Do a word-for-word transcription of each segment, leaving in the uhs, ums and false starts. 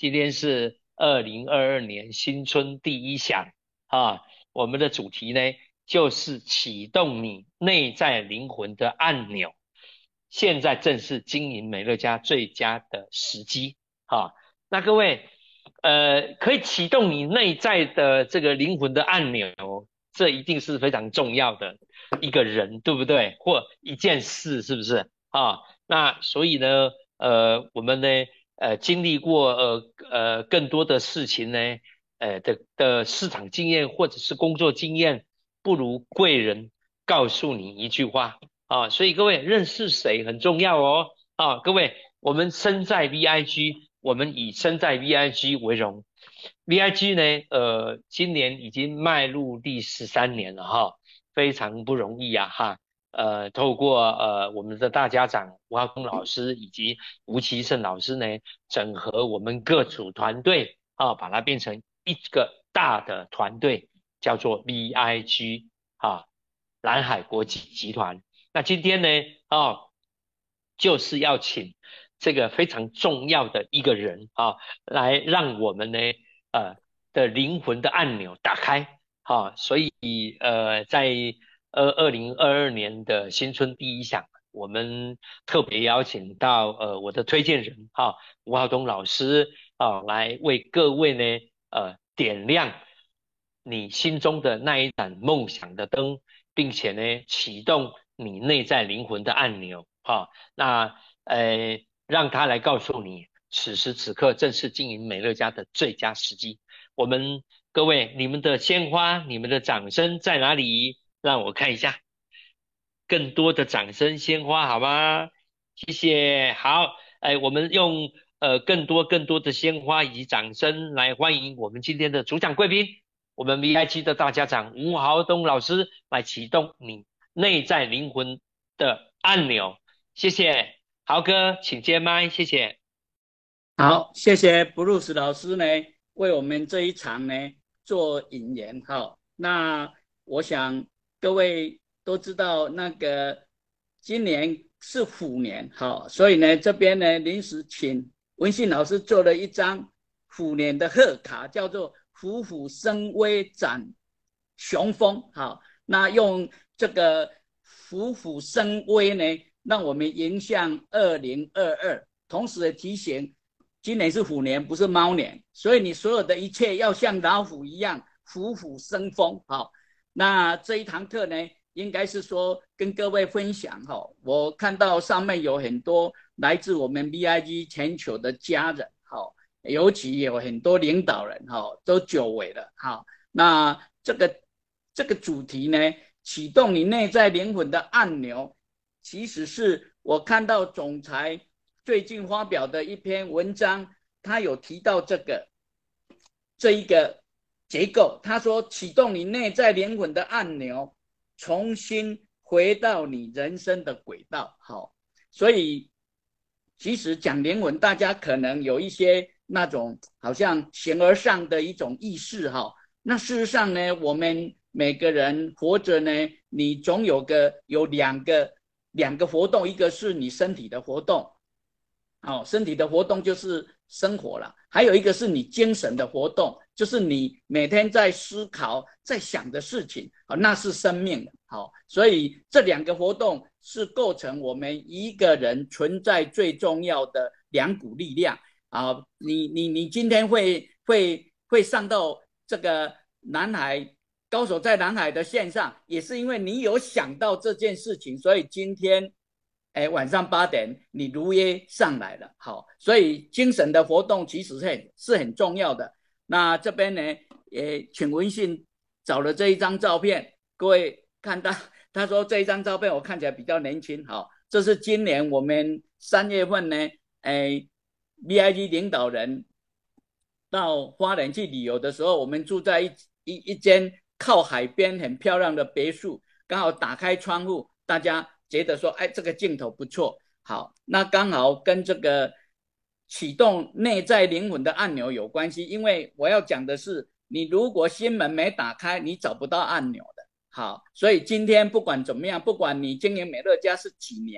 今天是二零二二年新春第一响啊，我们的主题呢就是启动你内在灵魂的按钮，现在正是经营美乐家最佳的时机啊。那各位，呃，可以启动你内在的这个灵魂的按钮，这一定是非常重要的一个人，对不对？或一件事，是不是啊？那所以呢，呃，我们呢，呃，经历过呃呃更多的事情呢，呃的的市场经验或者是工作经验，不如贵人告诉你一句话啊。所以各位认识谁很重要哦啊，各位，我们身在 V I G，我们以身在 V I G 为荣。V I G 呢，呃，今年已经迈入第十三年了哈，非常不容易啊哈。呃，透过呃我们的大家长吴浩东老师以及吴奇胜老师呢，整合我们各组团队啊，把它变成一个大的团队，叫做 V I G 啊，蓝海国际集团。那今天呢，啊，就是要请这个非常重要的一个人啊，来让我们呢，呃的灵魂的按钮打开。好，所以呃，在二二零二二年的新春第一响，我们特别邀请到呃我的推荐人哈、吴浩东老师啊，来为各位呢呃点亮你心中的那一盏梦想的灯，并且呢启动你内在灵魂的按钮哈、那呃让他来告诉你，此时此刻正是经营美乐家的最佳时机。我们各位，你们的鲜花，你们的掌声在哪里？让我看一下，更多的掌声、鲜花，好吗？谢谢。好，哎，我们用呃更多更多的鲜花以及掌声来欢迎我们今天的主讲贵宾，我们 V I G 的大家长吴豪东老师来启动你内在灵魂的按钮。谢谢，豪哥，请接麦，谢谢。 好，谢谢布鲁斯老师呢，为我们这一场呢做引言。好，那我想各位都知道，那个今年是虎年，好，所以呢这边呢临时请文信老师做了一张虎年的贺卡，叫做“虎虎生威展雄风”。好，那用这个“虎虎生威”呢，让我们迎向二零二二，同时也提醒。今年是虎年，不是猫年，所以你所有的一切要像老虎一样虎虎生风。好，那这一堂课呢，应该是说跟各位分享哈。我看到上面有很多来自我们 V I G 全球的家人，好，尤其有很多领导人哈，都久违了。好，那这个这个主题呢，启动你内在灵魂的按钮，其实是我看到总裁最近发表的一篇文章，他有提到这个这一个结构。他说，启动你内在灵魂的按钮，重新回到你人生的轨道。好，所以其实讲灵魂，大家可能有一些那种好像形而上的一种意识哈。那事实上呢，我们每个人活着呢，你总有个有两个两个活动，一个是你身体的活动。哦，身体的活动就是生活了，还有一个是你精神的活动，就是你每天在思考、在想的事情，哦，那是生命的。好，哦，所以这两个活动是构成我们一个人存在最重要的两股力量啊。你你你今天会会会上到这个南海高手在南海的线上，也是因为你有想到这件事情，所以今天。哎，晚上八点你如约上来了。好，所以精神的活动其实是很是很重要的。那这边呢，也请文信找了这一张照片，各位看到，他说这一张照片我看起来比较年轻。好，这是今年我们三月份呢，哎 V I G 领导人到花莲去旅游的时候，我们住在一一一间靠海边很漂亮的别墅，刚好打开窗户，大家觉得说，哎，这个镜头不错。好，那刚好跟这个启动内在灵魂的按钮有关系，因为我要讲的是，你如果心门没打开，你找不到按钮的。好，所以今天不管怎么样，不管你经营美乐家是几年，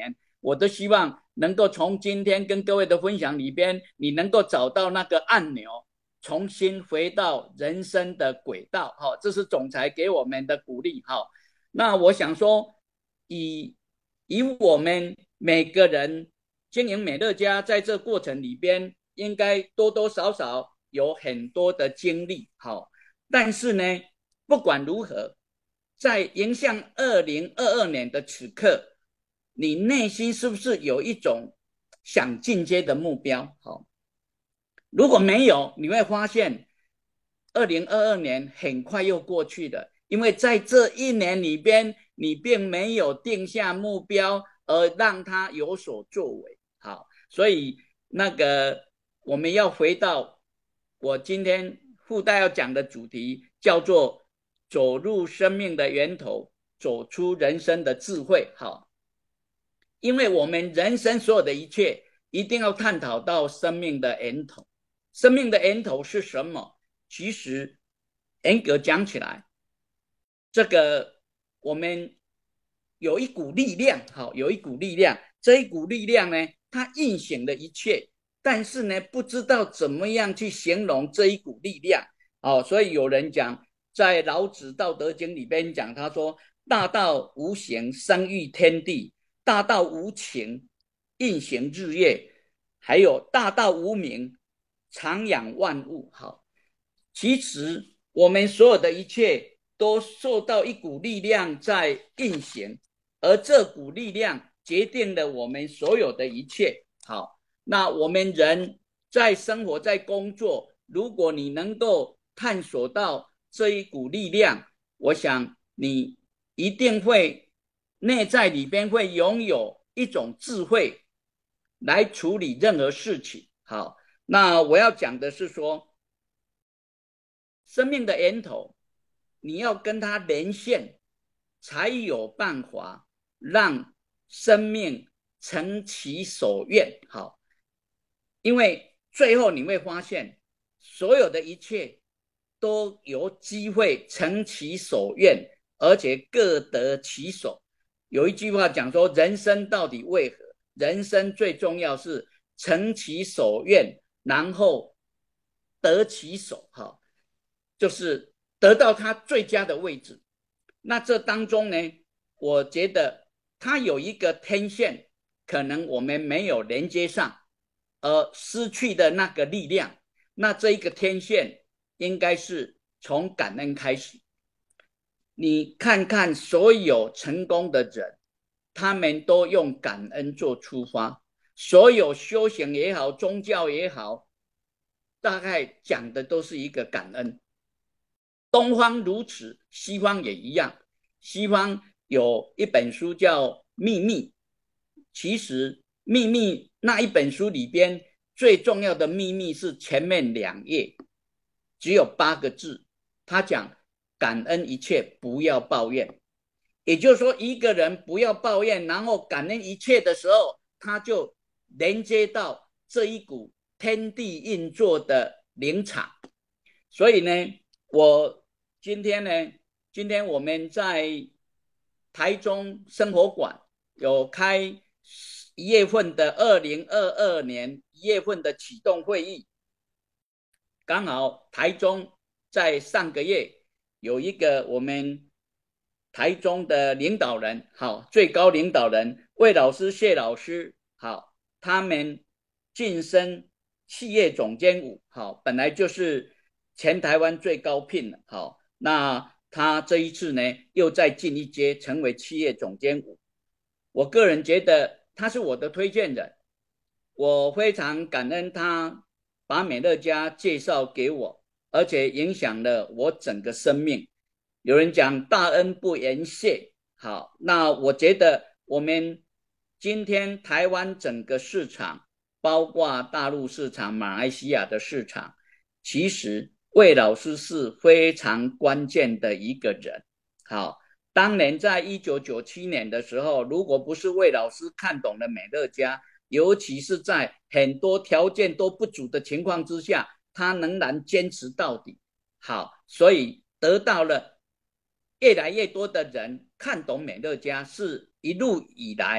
我都希望能够从今天跟各位的分享里边，你能够找到那个按钮，重新回到人生的轨道。好，这是总裁给我们的鼓励。好，那我想说，以以我们每个人经营美乐家，在这过程里边，应该多多少少有很多的经历。好，但是呢，不管如何，在迎向二零二二年的此刻，你内心是不是有一种想进阶的目标？好，如果没有，你会发现二零二二年很快又过去了，因为在这一年里边，你并没有定下目标，而让它有所作为。好，所以那个我们要回到我今天附带要讲的主题，叫做走入生命的源头，走出人生的智慧。好，因为我们人生所有的一切，一定要探讨到生命的源头。生命的源头是什么？其实严格讲起来，这个我们有一股力量，好，有一股力量，这一股力量呢，它运行了一切，但是呢，不知道怎么样去形容这一股力量。哦，所以有人讲，在老子道德经里边讲，他说大道无形，生育天地；大道无情，运行日月；还有大道无名，常养万物。好，其实我们所有的一切都受到一股力量在运行，而这股力量决定了我们所有的一切。好，那我们人在生活在工作，如果你能够探索到这一股力量，我想你一定会内在里边会拥有一种智慧来处理任何事情。好，那我要讲的是说，生命的源头，你要跟它连线，才有办法让生命成其所愿。好，因为最后你会发现，所有的一切都有机会成其所愿，而且各得其所。有一句话讲说，人生到底为何？人生最重要是成其所愿，然后得其所。好，就是得到他最佳的位置。那这当中呢，我觉得它有一个天线，可能我们没有连接上，而失去的那个力量。那这一个天线应该是从感恩开始。你看看所有成功的人，他们都用感恩做出发。所有修行也好，宗教也好，大概讲的都是一个感恩。东方如此，西方也一样。西方有一本书叫《秘密》，其实《秘密》那一本书里边最重要的秘密是前面两页，只有八个字，他讲感恩一切，不要抱怨。也就是说，一个人不要抱怨，然后感恩一切的时候，他就连接到这一股天地运作的灵场。所以呢，我今天呢，今天我们在台中生活馆有开一月份的二零二二年一月份的启动会议，刚好台中在上个月有一个我们台中的领导人，好，最高领导人魏老师、谢老师，好，他们晋升企业总监五，好，本来就是全台湾最高聘了，好，那他这一次呢又再进一阶，成为企业总监五。我个人觉得他是我的推荐人，我非常感恩他把美乐家介绍给我，而且影响了我整个生命。有人讲大恩不言谢，好，那我觉得我们今天台湾整个市场，包括大陆市场、马来西亚的市场，其实魏老师是非常关键的一个人。好，当年在一九九七年的时候，如果不是魏老师看懂了美乐家，尤其是在很多条件都不足的情况之下，他仍然坚持到底。好，所以得到了越来越多的人看懂美乐家，是一路以来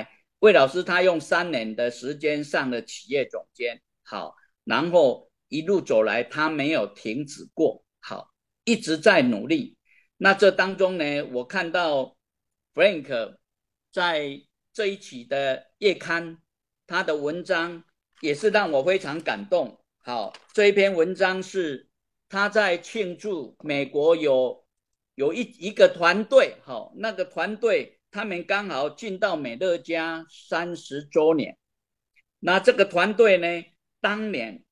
魏老师他用三年的时间上了企业总监，好，然后一路走来他没有停止过，好，一直在努力。那这当中呢，我看到 Frank 在这一期的月刊，他的文章也是让我非常感动。好，这一篇文章是他在庆祝美国有有一一个团队，好，那个团队他们刚好进到美乐家三十周年。那这个团队呢，当年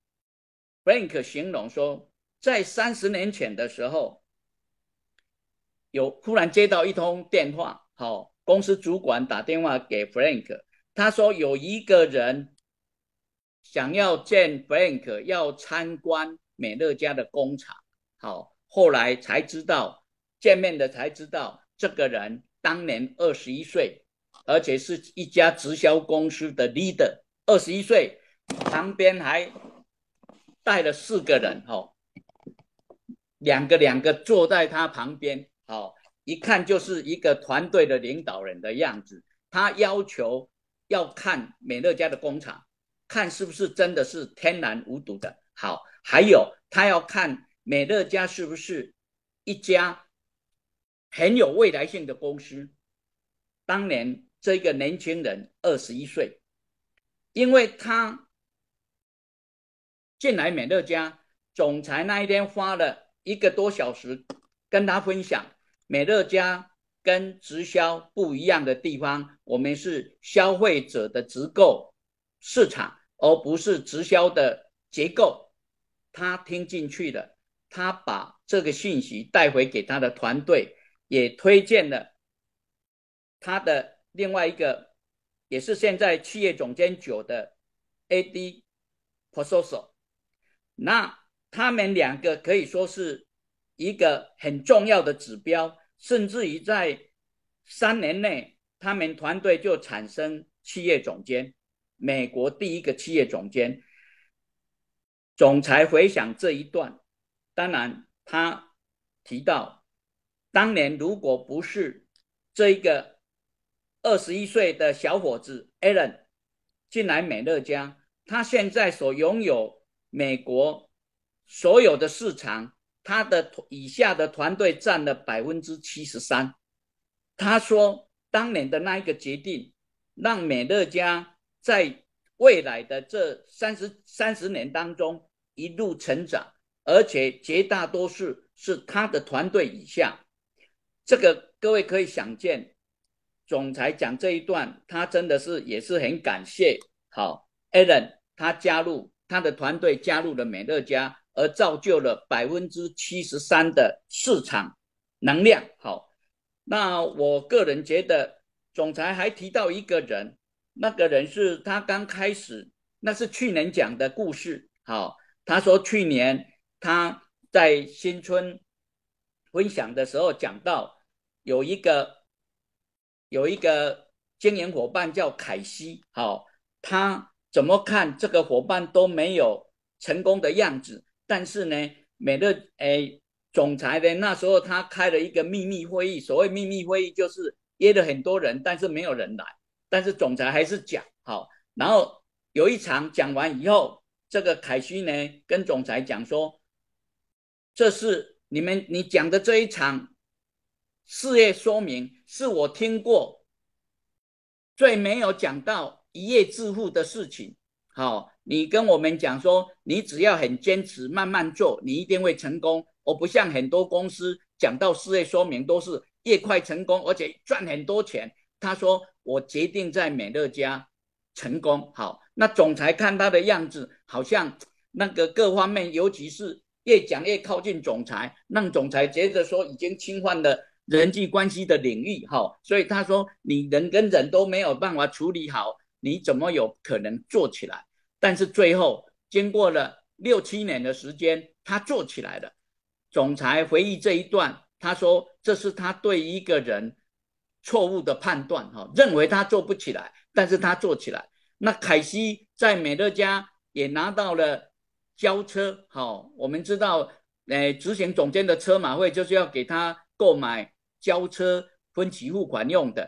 Frank 形容说，在三十年前的时候，有忽然接到一通电话，好，公司主管打电话给 Frank， 他说有一个人想要见 Frank， 要参观美乐家的工厂，好，后来才知道，见面的才知道，这个人当年二十一岁，而且是一家直销公司的 leader， 二十一岁，旁边还带了四个人，哦，两个两个坐在他旁边，好，一看就是一个团队的领导人的样子。他要求要看美乐家的工厂，看是不是真的是天然无毒的。好，还有他要看美乐家是不是一家很有未来性的公司。当年这个年轻人二十一岁，因为他进来美乐家，总裁那一天花了一个多小时跟他分享美乐家跟直销不一样的地方，我们是消费者的直购市场，而不是直销的结构。他听进去了，他把这个信息带回给他的团队，也推荐了他的另外一个也是现在企业总监九的 A D Pososo。 那他们两个可以说是一个很重要的指标，甚至于在三年内他们团队就产生企业总监，美国第一个企业总监。总裁回想这一段，当然他提到当年如果不是这一个二十一岁的小伙子 Alan 进来美乐家，他现在所拥有美国所有的市场，他的以下的团队占了 百分之七十三。 他说当年的那一个决定让美乐家在未来的这三十、三十年当中一路成长，而且绝大多数是他的团队以下。这个各位可以想见，总裁讲这一段他真的是也是很感谢好 Alan 他加入他的团队加入了美乐家，而造就了 百分之七十三 的市场能量。好，那我个人觉得总裁还提到一个人，那个人是他刚开始，那是去年讲的故事。好，他说去年他在新春分享的时候讲到有一个有一个经营伙伴叫凯西，好，他怎么看这个伙伴都没有成功的样子，但是呢美乐诶总裁呢那时候他开了一个秘密会议，所谓秘密会议就是约了很多人，但是没有人来，但是总裁还是讲好，然后有一场讲完以后，这个凯西呢跟总裁讲说，这是你们你讲的这一场事业说明是我听过最没有讲到一夜致富的事情。好，你跟我们讲说你只要很坚持慢慢做你一定会成功，我不像很多公司讲到事业说明都是越快成功而且赚很多钱。他说我决定在美乐家成功。好，那总裁看他的样子好像那个各方面尤其是越讲越靠近总裁，让总裁觉得说已经侵犯了人际关系的领域。好，所以他说你人跟人都没有办法处理好，你怎么有可能做起来？但是最后经过了六七年的时间他做起来了。总裁回忆这一段，他说这是他对一个人错误的判断，认为他做不起来，但是他做起来。那凯西在美乐家也拿到了交车，好，我们知道呃，执行总监的车马费就是要给他购买交车分期付款用的。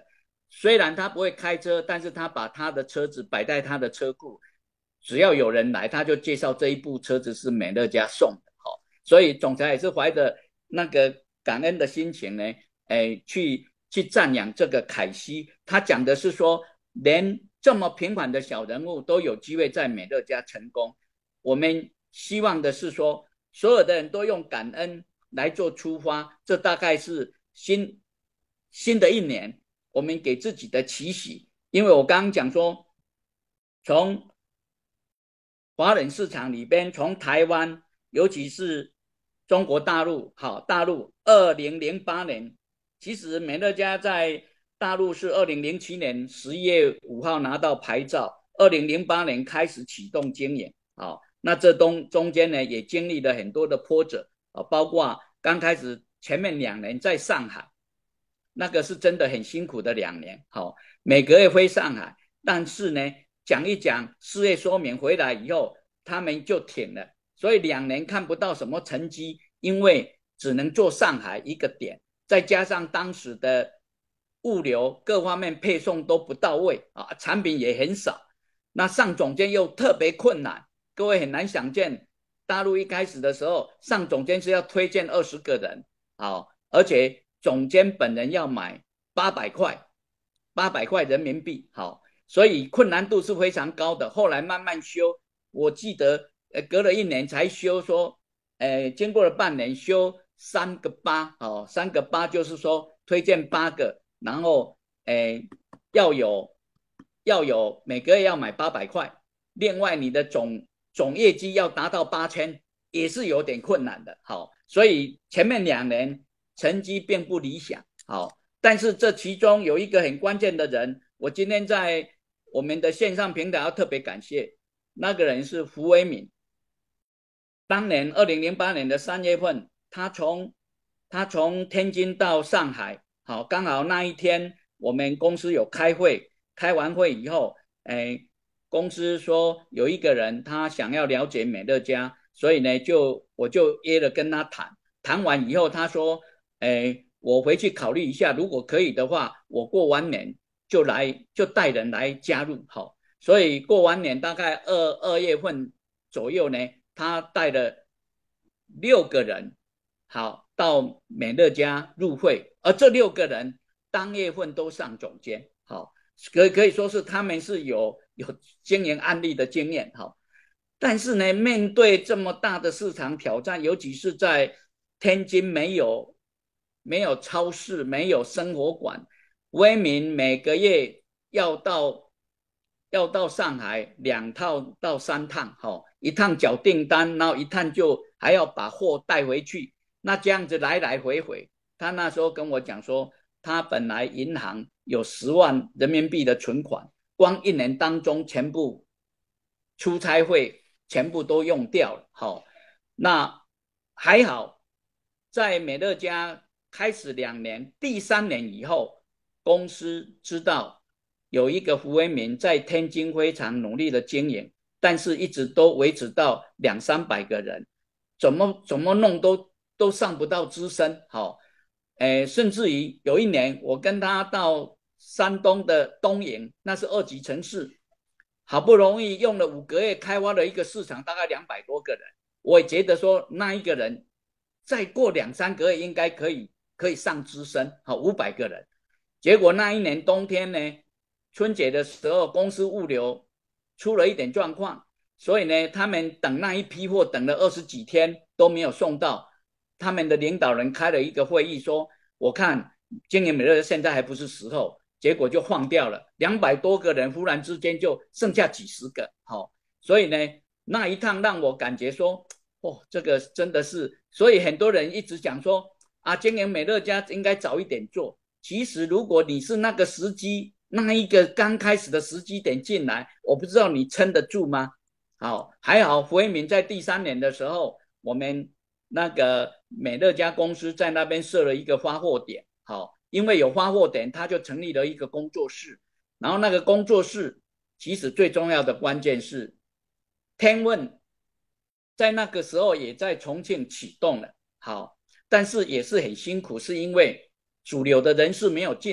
虽然他不会开车，但是他把他的车子摆在他的车库，只要有人来，他就介绍这一部车子是美乐家送的。哦，所以总裁也是怀着那个感恩的心情呢，哎，去去赞扬这个凯西。他讲的是说，连这么平凡的小人物都有机会在美乐家成功。我们希望的是说，所有的人都用感恩来做出发，这大概是新新的一年我们给自己的期许。因为我刚刚讲说，从华人市场里边，从台湾，尤其是中国大陆，好，大陆二零零八年，其实美乐家在大陆是二零零七年十一月五号拿到牌照，二零零八年开始启动经营。好，那这中中间呢，也经历了很多的波折，包括刚开始前面两年在上海，那个是真的很辛苦的两年。好，每个月飞上海，但是呢，讲一讲事业说明回来以后，他们就停了，所以两年看不到什么成绩，因为只能做上海一个点，再加上当时的物流各方面配送都不到位啊，产品也很少，那上总监又特别困难。各位很难想见，大陆一开始的时候，上总监是要推荐二十个人，好，而且总监本人要买八百块，八百块人民币，好，所以困难度是非常高的。后来慢慢修，我记得呃隔了一年才修说，呃经过了半年修三个八，哦，三个八就是说推荐八个，然后呃要有要有每个月要买八百块，另外你的总总业绩要达到八千，也是有点困难的。好，所以前面两年成绩并不理想。好，但是这其中有一个很关键的人，我今天在我们的线上平台要特别感谢，那个人是胡伟敏。当年二零零八年的三月份，他从他从天津到上海，好，刚好那一天我们公司有开会，开完会以后，哎，公司说有一个人他想要了解美乐家，所以呢，就我就约了跟他谈，谈完以后他说，哎，我回去考虑一下，如果可以的话，我过完年就来就带人来加入。好，所以过完年大概二二月份左右呢，他带了六个人，好，到美乐家入会，而这六个人当月份都上总监。好，可可以说是他们是有有经营案例的经验。好，但是呢，面对这么大的市场挑战，尤其是在天津没有没有超市，没有生活馆，威民每个月要到要到上海两趟到三趟，哦，一趟缴订单，然后一趟就还要把货带回去，那这样子来来回回，他那时候跟我讲说，他本来银行有十万人民币的存款，光一年当中全部出差费全部都用掉了。好，那还好，在美乐家开始两年，第三年以后，公司知道有一个胡为民在天津非常努力的经营，但是一直都维持到两三百个人，怎么怎么弄都都上不到资深。好，诶，甚至于有一年我跟他到山东的东营，那是二级城市，好不容易用了五个月开发了一个市场，大概两百多个人，我也觉得说那一个人再过两三个月应该可以可以上资深，好，五百个人。结果那一年冬天呢，春节的时候公司物流出了一点状况，所以呢，他们等那一批货等了二十几天都没有送到，他们的领导人开了一个会议说，我看经营美乐现在还不是时候，结果就放掉了，两百多个人忽然之间就剩下几十个。好，所以呢，那一趟让我感觉说，哦，这个真的是，所以很多人一直讲说啊，经营美乐家应该早一点做。其实如果你是那个时机，那一个刚开始的时机点进来，我不知道你撑得住吗？好，还好胡为民在第三年的时候，我们那个美乐家公司在那边设了一个发货点。好，因为有发货点，他就成立了一个工作室，然后那个工作室其实最重要的关键是天问在那个时候也在重庆启动了。好，但是也是很辛苦，是因为主流的人士没有进来，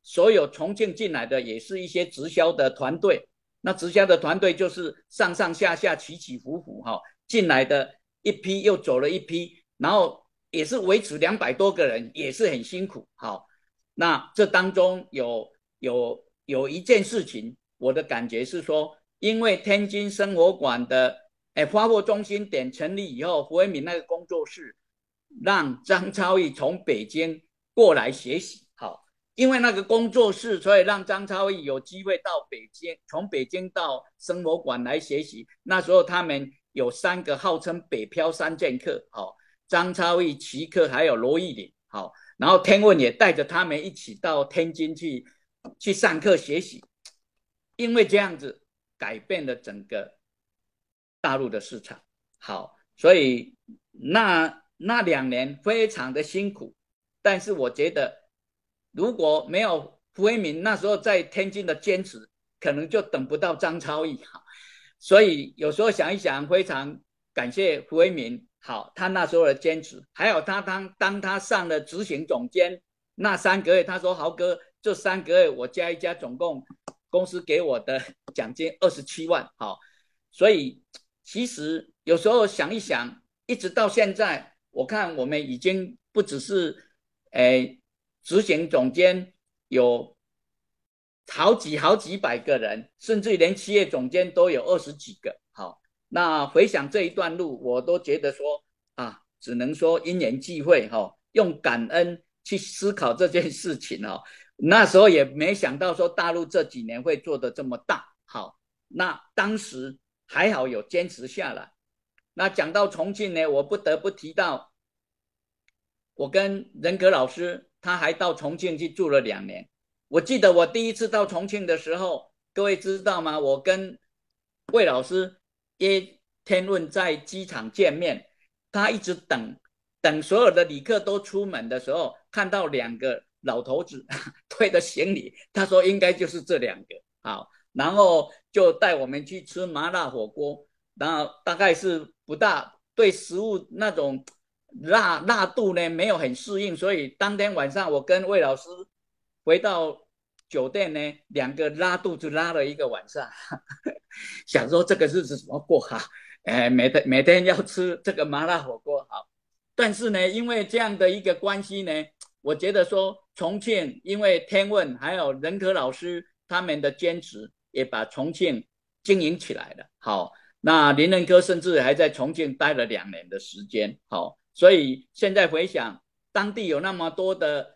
所有重庆进来的也是一些直销的团队，那直销的团队就是上上下下起起伏伏哈、哦，进来的一批又走了一批，然后也是维持两百多个人，也是很辛苦。好、哦，那这当中有有有一件事情，我的感觉是说，因为天津生活馆的哎发货中心点成立以后，胡为民那个工作室让张超毅从北京过来学习。好，因为那个工作室，所以让张超毅有机会到北京，从北京到生活馆来学习。那时候他们有三个号称北漂三剑客，好，张超毅、齐克还有罗义林，好，然后天问也带着他们一起到天津去去上课学习，因为这样子改变了整个大陆的市场。好，所以那那两年非常的辛苦，但是我觉得如果没有胡为民那时候在天津的坚持，可能就等不到张超毅。所以有时候想一想，非常感谢胡为民，好，他那时候的坚持，还有他当当他上了执行总监那三个月，他说豪哥，这三个月我加一加，总共公司给我的奖金二十七万，好，所以其实有时候想一想，一直到现在，我看我们已经不只是诶执行总监有好几好几百个人，甚至连企业总监都有二十几个。好，那回想这一段路，我都觉得说啊，只能说因缘际会哈、哦，用感恩去思考这件事情哦。那时候也没想到说大陆这几年会做得这么大。好，那当时还好有坚持下来。那讲到重庆呢，我不得不提到，我跟任格老师他还到重庆去住了两年。我记得我第一次到重庆的时候，各位知道吗？我跟魏老师约天问在机场见面，他一直等等所有的旅客都出门的时候，看到两个老头子推着行李，他说应该就是这两个。好，然后就带我们去吃麻辣火锅，然后大概是不大对食物那种辣辣度呢没有很适应，所以当天晚上我跟魏老师回到酒店呢，两个拉肚子拉了一个晚上，想说这个日子怎么过哈、啊？哎，每天每天要吃这个麻辣火锅好，但是呢，因为这样的一个关系呢，我觉得说重庆因为天问还有任可老师他们的坚持，也把重庆经营起来了。好，那林任科甚至还在重庆待了两年的时间。好，所以现在回想，当地有那么多的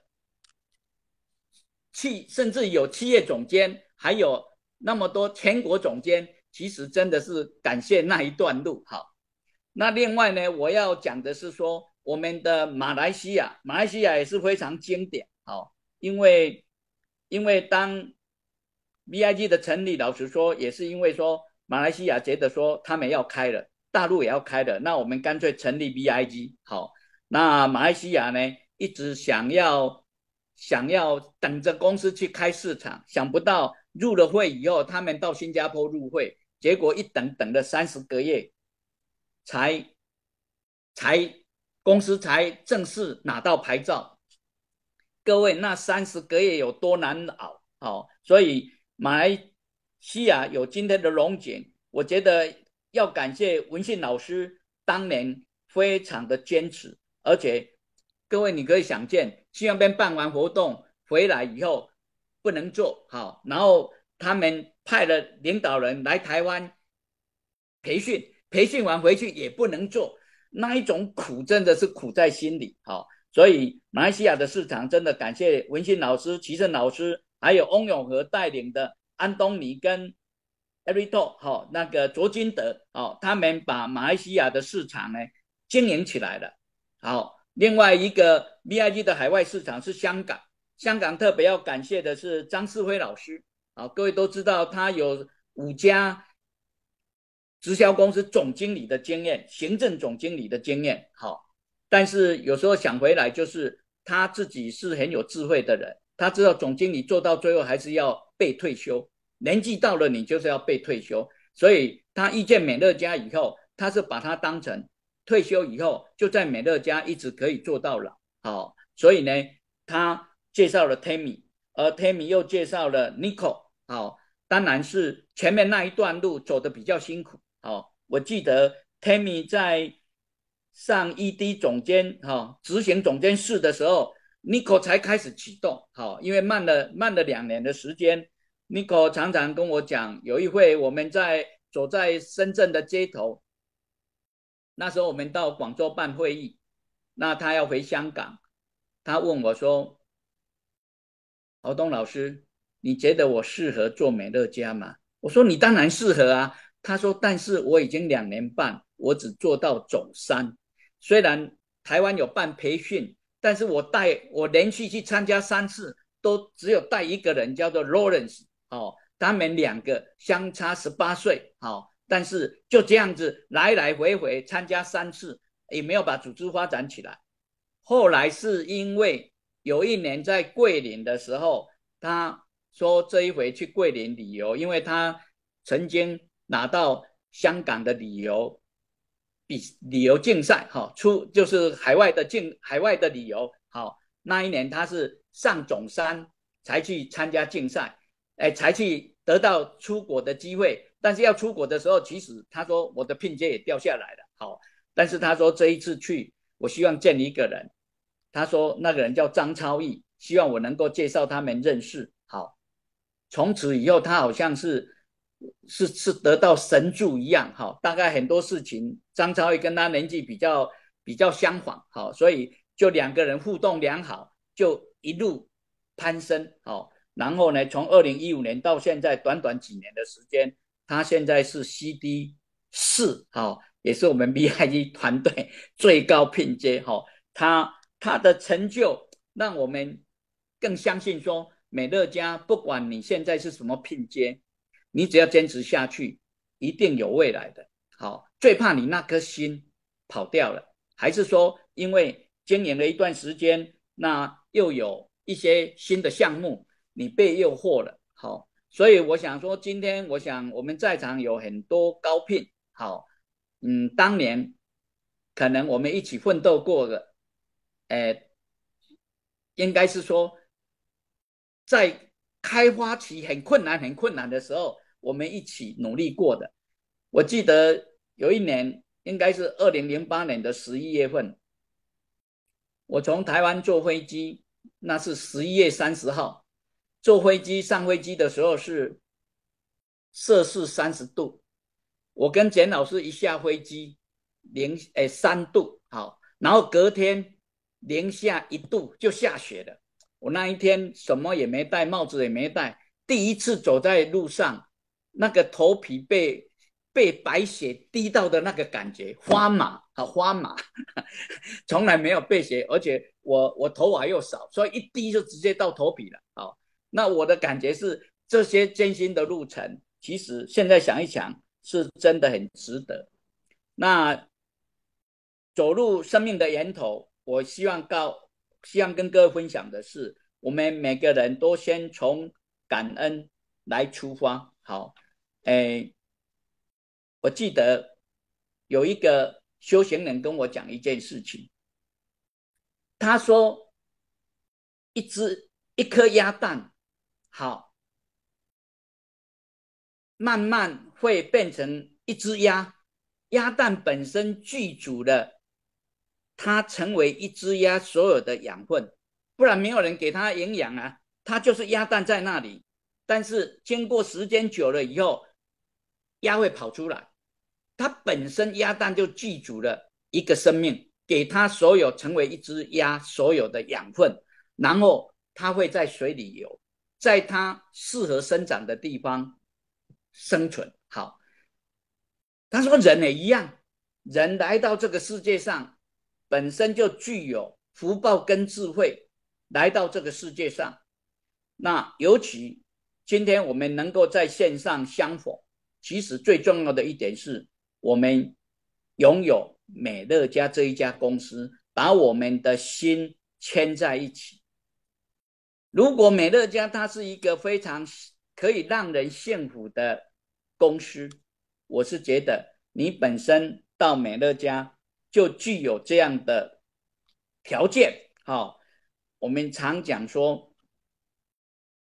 企，甚至有企业总监，还有那么多全国总监，其实真的是感谢那一段路。好，那另外呢，我要讲的是说，我们的马来西亚，马来西亚也是非常经典。好，因为因为当 V I G 的成立，老实说也是因为说马来西亚觉得说他们要开了，大陆也要开了，那我们干脆成立 V I G。好，那马来西亚呢一直想要想要等着公司去开市场，想不到入了会以后，他们到新加坡入会，结果一等等了三十个月，才才公司才正式拿到牌照。各位，那三十个月有多难熬？哦，所以马来西亚有今天的龙井，我觉得要感谢文信老师当年非常的坚持，而且各位你可以想见，去那边办完活动回来以后不能做好，然后他们派了领导人来台湾培训，培训完回去也不能做，那一种苦真的是苦在心里。好，所以马来西亚的市场真的感谢文信老师、齐胜老师，还有翁永和带领的安东尼跟 Everito 好，那个卓金德好，他们把马来西亚的市场呢经营起来了。好，另外一个 V I G 的海外市场是香港，香港特别要感谢的是张世辉老师。好，各位都知道他有五家直销公司总经理的经验，行政总经理的经验。好，但是有时候想回来，就是他自己是很有智慧的人，他知道总经理做到最后还是要被退休，年纪到了你就是要被退休，所以他遇见美乐家以后，他是把它当成退休以后就在美乐家一直可以做到老。好，所以呢，他介绍了 Tammy， 而 Tammy 又介绍了 Nico， 好，当然是前面那一段路走得比较辛苦。好，我记得 Tammy 在上 E D 总监，好，执行总监室的时候，Nico 才开始启动。好，因为慢了慢了两年的时间。Nico 常常跟我讲，有一回我们在走在深圳的街头，那时候我们到广州办会议，那他要回香港，他问我说：敖东老师，你觉得我适合做美乐家吗？我说你当然适合啊。他说，但是我已经两年半，我只做到总三。虽然台湾有办培训，但是我带我连续去参加三次，都只有带一个人，叫做 Lawrence， 哦，他们两个相差十八岁，哦，但是就这样子来来回回参加三次，也没有把组织发展起来。后来是因为有一年在桂林的时候，他说这一回去桂林旅游，因为他曾经拿到香港的旅游比旅游竞赛，哈，出就是海外的竞海外的旅游，好，那一年他是上总三才去参加竞赛，哎，才去得到出国的机会。但是要出国的时候，其实他说我的聘阶也掉下来了，好，但是他说这一次去，我希望见一个人。他说那个人叫张超毅，希望我能够介绍他们认识。好，从此以后他好像是是是得到神助一样。好，大概很多事情张超毅跟他年纪比较比较相仿，好，所以就两个人互动良好，就一路攀升。好，然后呢，从二零一五年到现在短短几年的时间，他现在是 C D 四，好，也是我们 B I G 团队最高聘阶。好，他他的成就让我们更相信说，美乐家不管你现在是什么聘阶，你只要坚持下去，一定有未来的。好，最怕你那颗心跑掉了，还是说因为经营了一段时间，那又有一些新的项目，你被诱惑了。好，所以我想说，今天我想我们在场有很多高聘，好，嗯，当年可能我们一起奋斗过的。呃，应该是说，在开发期很困难、很困难的时候，我们一起努力过的。我记得有一年，应该是二零零八年的十一月份，我从台湾坐飞机，那是十一月三十号，坐飞机上飞机的时候是摄氏三十度，我跟简老师一下飞机，零诶三度，好，然后隔天零下一度就下雪了。我那一天什么也没带，帽子也没带，第一次走在路上，那个头皮被被白雪滴到的那个感觉，花麻啊花麻，从来没有被雪，而且我我头发又少，所以一滴就直接到头皮了。好，那我的感觉是，这些艰辛的路程，其实现在想一想，是真的很值得。那走入生命的源头，我希望告，希望跟各位分享的是，我们每个人都先从感恩来出发。好，诶，我记得有一个修行人跟我讲一件事情，他说，一只一颗鸭蛋，好，慢慢会变成一只鸭，鸭蛋本身具足了它成为一只鸭所有的养分，不然没有人给它营养啊，它就是鸭蛋在那里。但是经过时间久了以后，鸭会跑出来，它本身鸭蛋就具足了一个生命，给它所有成为一只鸭所有的养分，然后它会在水里游，在它适合生长的地方生存。好，他说人也一样，人来到这个世界上，本身就具有福报跟智慧，来到这个世界上。那尤其今天我们能够在线上相逢，其实最重要的一点是，我们拥有美乐家这一家公司，把我们的心牵在一起。如果美乐家它是一个非常可以让人幸福的公司，我是觉得你本身到美乐家就具有这样的条件。好，我们常讲说，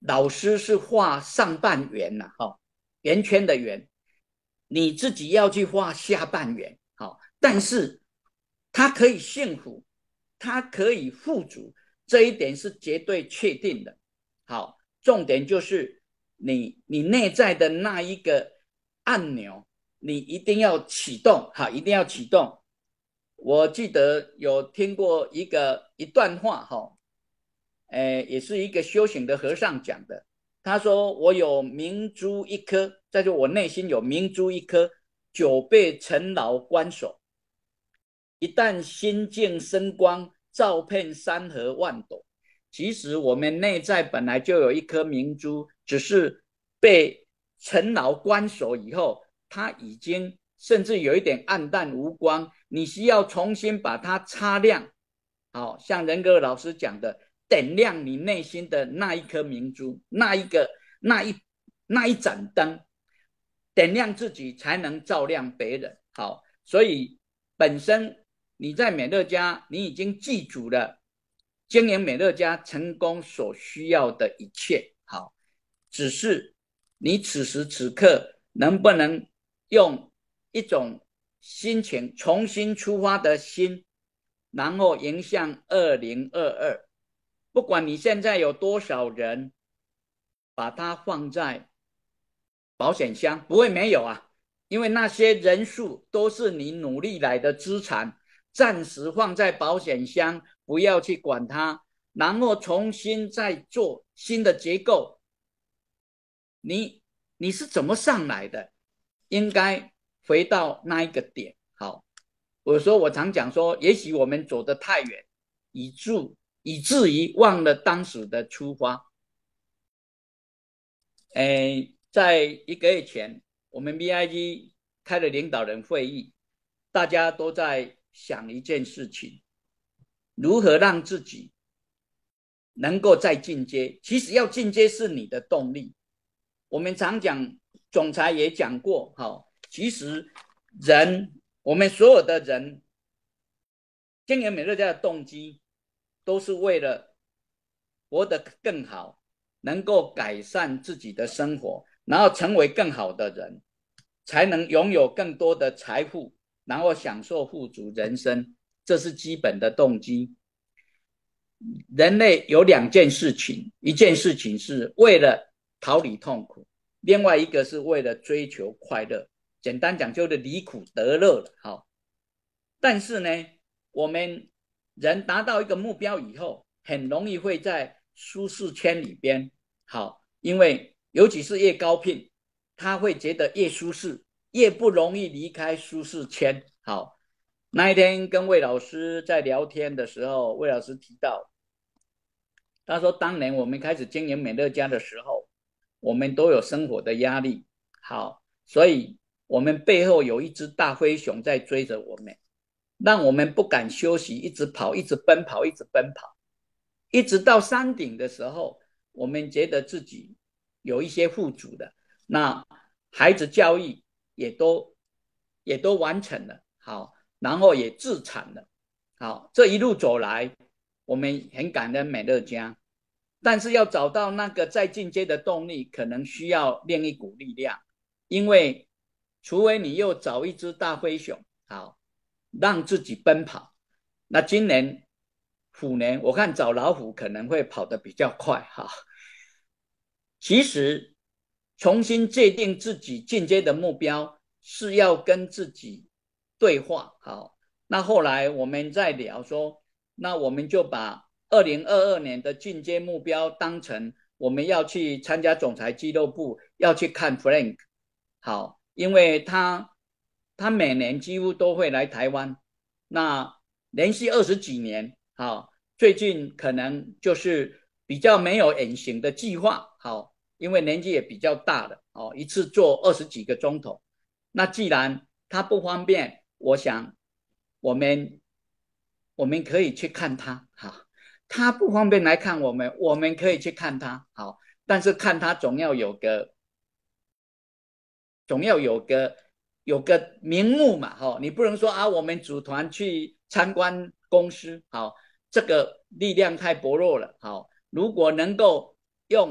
老师是画上半圆呐、啊，哈、哦，圆圈的圆，你自己要去画下半圆，好、哦，但是他可以幸福，他可以富足，这一点是绝对确定的。好，重点就是你你内在的那一个按钮，你一定要启动，好，一定要启动。我记得有听过一个一段话，哈，诶，也是一个修行的和尚讲的。他说：“我有明珠一颗，在说我内心有明珠一颗，久被尘劳关锁。一旦心境生光，照遍山河万朵。”其实我们内在本来就有一颗明珠，只是被尘劳关锁以后，它已经甚至有一点暗淡无光，你需要重新把它擦亮。好，像仁格老师讲的，点亮你内心的那一颗明珠，那一个那一那一盏灯，点亮自己才能照亮别人。好，所以本身你在美乐家，你已经记住了经营美乐家成功所需要的一切。好，只是你此时此刻能不能用一种心情重新出发的心，然后迎向二零二二。不管你现在有多少人把它放在保险箱，不会没有啊，因为那些人数都是你努力来的资产，暂时放在保险箱，不要去管它，然后重新再做新的结构。你你是怎么上来的？应该回到那一个点。好，我说我常讲说，也许我们走得太远，以至以至于忘了当时的出发。诶，在一个月前，我们 B I G 开了领导人会议，大家都在想一件事情：如何让自己能够再进阶。其实要进阶是你的动力。我们常讲，总裁也讲过，好，其实人，我们所有的人经营美乐家的动机，都是为了活得更好，能够改善自己的生活，然后成为更好的人，才能拥有更多的财富，然后享受富足人生，这是基本的动机。人类有两件事情，一件事情是为了逃离痛苦，另外一个是为了追求快乐。简单讲就是离苦得乐了。好，但是呢，我们人达到一个目标以后，很容易会在舒适圈里边。好，因为尤其是越高聘，他会觉得越舒适，越不容易离开舒适圈。好，那一天跟魏老师在聊天的时候，魏老师提到，他说当年我们开始经营美乐家的时候，我们都有生活的压力。好，所以我们背后有一只大灰熊在追着我们，让我们不敢休息，一直跑，一直奔跑，一直奔跑，一直到山顶的时候，我们觉得自己有一些富足的，那孩子教育也都也都完成了。好，然后也自产了。好，这一路走来，我们很感恩美乐家，但是要找到那个再进阶的动力，可能需要另一股力量。因为除非你又找一只大灰熊，好，让自己奔跑。那今年虎年，我看找老虎可能会跑得比较快。哈，其实重新界定自己进阶的目标，是要跟自己对话。好，那后来我们在聊说，那我们就把二零二二年的进阶目标当成我们要去参加总裁俱乐部，要去看 Frank。好，因为他他每年几乎都会来台湾，那连续二十几年。好，最近可能就是比较没有远行的计划。好，因为年纪也比较大了，哦，一次坐二十几个钟头。那既然他不方便，我想我们我们可以去看他。好，他不方便来看我们，我们可以去看他。好，但是看他总要有个总要有个有个名目嘛。齁，你不能说啊，我们组团去参观公司，好，这个力量太薄弱了。好，如果能够用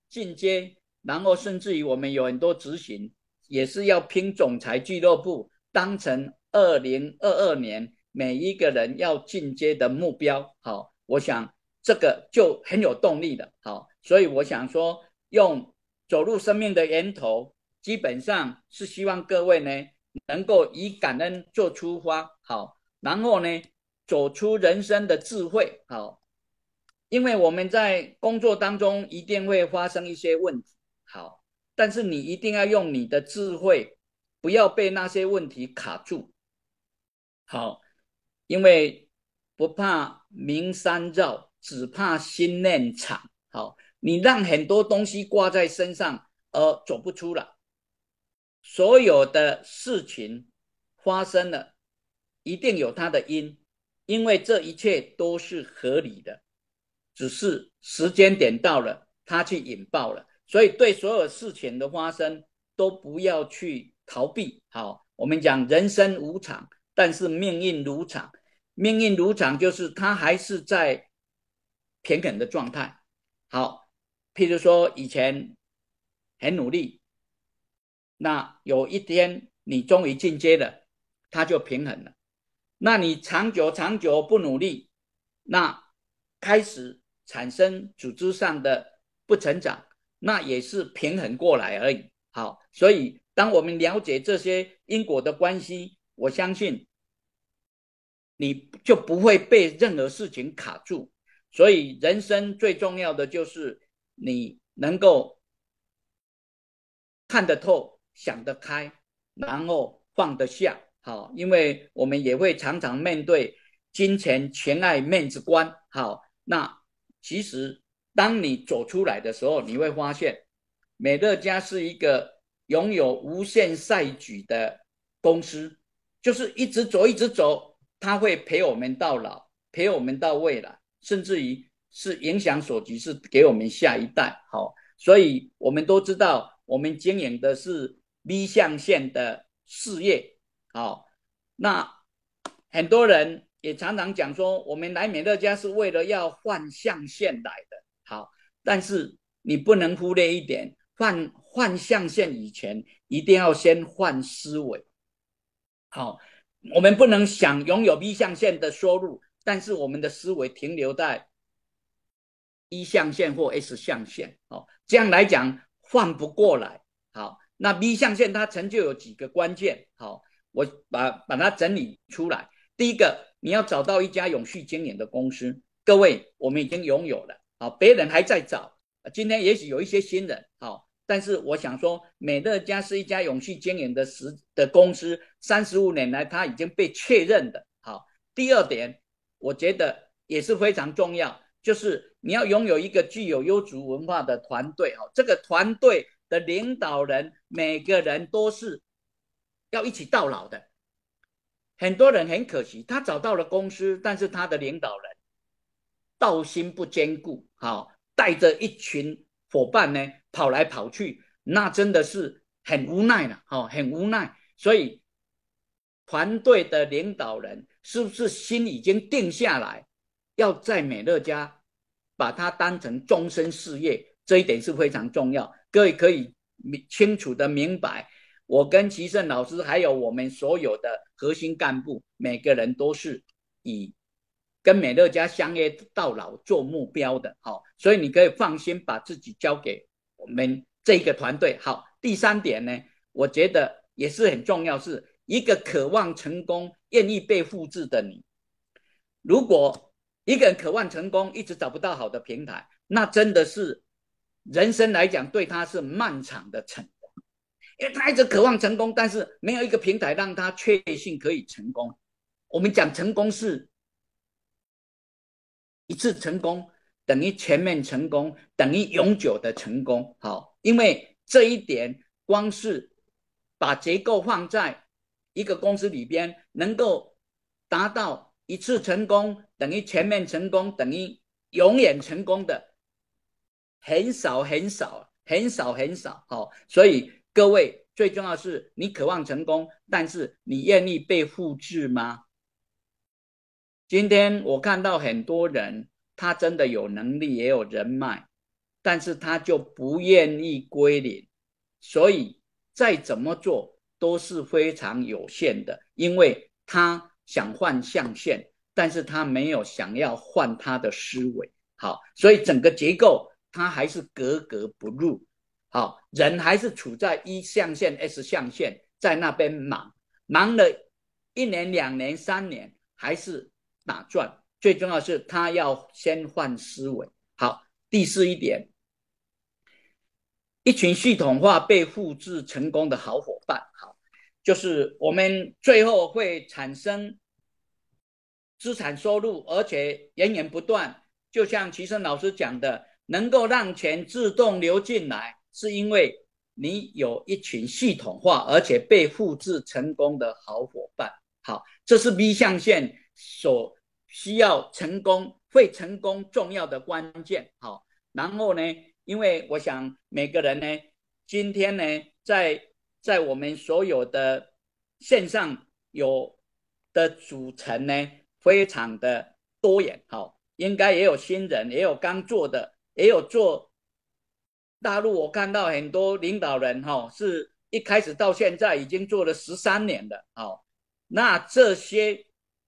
进阶，然后甚至于我们有很多执行也是要拼总裁俱乐部当成二零二二年每一个人要进阶的目标。好，我想这个就很有动力了。好，所以我想说用走入生命的源头，基本上是希望各位呢能够以感恩做出发。好，然后呢走出人生的智慧。好，因为我们在工作当中一定会发生一些问题。好，但是你一定要用你的智慧，不要被那些问题卡住。好，因为不怕名山绕，只怕心念长。好，你让很多东西挂在身上而走不出来，所有的事情发生了一定有它的因，因为这一切都是合理的，只是时间点到了它去引爆了。所以对所有事情的发生都不要去逃避。好，我们讲人生无常，但是命运如常。命运如常就是它还是在平衡的状态。好，譬如说以前很努力，那有一天你终于进阶了，它就平衡了。那你长久长久不努力，那开始产生组织上的不成长，那也是平衡过来而已。好，所以当我们了解这些因果的关系，我相信你就不会被任何事情卡住。所以人生最重要的就是你能够看得透，想得开，然后放得下。好，因为我们也会常常面对金钱、权爱、面子观。好，那其实当你走出来的时候，你会发现美乐家是一个拥有无限赛局的公司，就是一直走一直走，它会陪我们到老，陪我们到未来，甚至于是影响所及，是给我们下一代。好，所以我们都知道我们经营的是 V 象限的事业。好，那很多人也常常讲说，我们来美乐家是为了要换象限来的。好，但是你不能忽略一点，换换象限以前，一定要先换思维。好，我们不能想拥有 V 象限的收入，但是我们的思维停留在一象限或 S 象限。好，这样来讲换不过来。好，那 V 象限它成就有几个关键。好，我把把它整理出来。第一个，你要找到一家永续经营的公司。各位，我们已经拥有了，好，别人还在找。今天也许有一些新人，好，但是我想说，美乐家是一家永续经营的实的公司，三十五年来它已经被确认的。好，第二点，我觉得也是非常重要，就是你要拥有一个具有优质文化的团队。好，这个团队的领导人每个人都是要一起到老的。很多人很可惜，他找到了公司，但是他的领导人道心不坚固。好，带着一群伙伴呢跑来跑去，那真的是很无奈了。好，很无奈。所以团队的领导人是不是心已经定下来，要在美乐家把它当成终身事业，这一点是非常重要。各位可以清楚的明白，我跟齐胜老师还有我们所有的核心干部，每个人都是以跟美乐家相约到老做目标的。好，所以你可以放心把自己交给我们这一个团队。好，第三点呢，我觉得也是很重要，是一个渴望成功、愿意被复制的你。如果一个人渴望成功，一直找不到好的平台，那真的是人生来讲对他是漫长的成功，因为他一直渴望成功，但是没有一个平台让他确信可以成功。我们讲成功是一次成功等于全面成功，等于永久的成功。好，因为这一点光是把结构放在一个公司里边，能够达到一次成功等于全面成功等于永远成功的很少很少很少很少。好，所以各位最重要的是你渴望成功，但是你愿意被复制吗？今天我看到很多人他真的有能力也有人脉， 但是他就不愿意归零，所以再怎么做都是非常有限的，因为他想换象限，但是他没有想要换他的思维。好，所以整个结构它还是格格不入。好，人还是处在一象限 S 象限，在那边忙忙了一年两年三年还是打转，最重要是他要先换思维。好，第四一点，一群系统化被复制成功的好伙伴。好，就是我们最后会产生资产收入，而且源源不断，就像齐生老师讲的，能够让钱自动流进来，是因为你有一群系统化而且被复制成功的好伙伴。好，这是 V 象限所需要成功会成功重要的关键。好，然后呢，因为我想每个人呢，今天呢，在在我们所有的线上有的组成呢，非常的多元。好，应该也有新人，也有刚做的，也有做大陆。我看到很多领导人哈，是一开始到现在已经做了十三年了。好，那这些